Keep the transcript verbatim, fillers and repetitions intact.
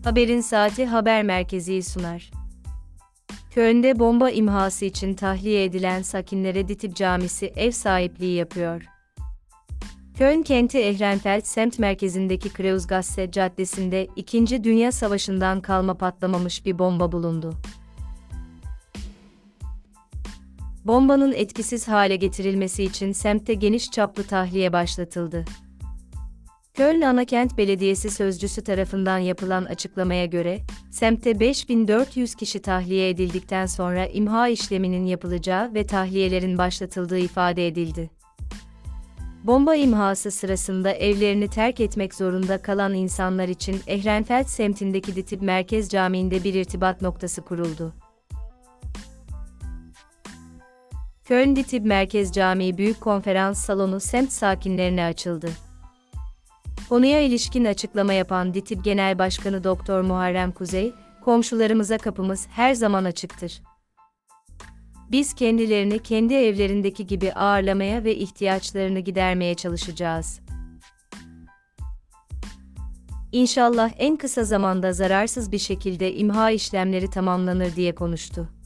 Haberin Saati haber merkezi sunar. Köln'de bomba imhası için tahliye edilen sakinlere Ditib Camisi ev sahipliği yapıyor. Köln kenti Ehrenfeld semt merkezindeki Kreuzgasse Caddesi'nde İkinci Dünya Savaşı'ndan kalma patlamamış bir bomba bulundu. Bombanın etkisiz hale getirilmesi için semtte geniş çaplı tahliye başlatıldı. Köln Anakent Belediyesi sözcüsü tarafından yapılan açıklamaya göre, semtte beş bin dört yüz kişi tahliye edildikten sonra imha işleminin yapılacağı ve tahliyelerin başlatıldığı ifade edildi. Bomba imhası sırasında evlerini terk etmek zorunda kalan insanlar için Ehrenfeld semtindeki Ditib Merkez Camii'nde bir irtibat noktası kuruldu. Köln Ditib Merkez Camii Büyük Konferans Salonu semt sakinlerine açıldı. Konuya ilişkin açıklama yapan Ditib Genel Başkanı Doktor Muharrem Kuzey, "Komşularımıza kapımız her zaman açıktır. Biz kendilerini kendi evlerindeki gibi ağırlamaya ve ihtiyaçlarını gidermeye çalışacağız. İnşallah en kısa zamanda zararsız bir şekilde imha işlemleri tamamlanır" diye konuştu.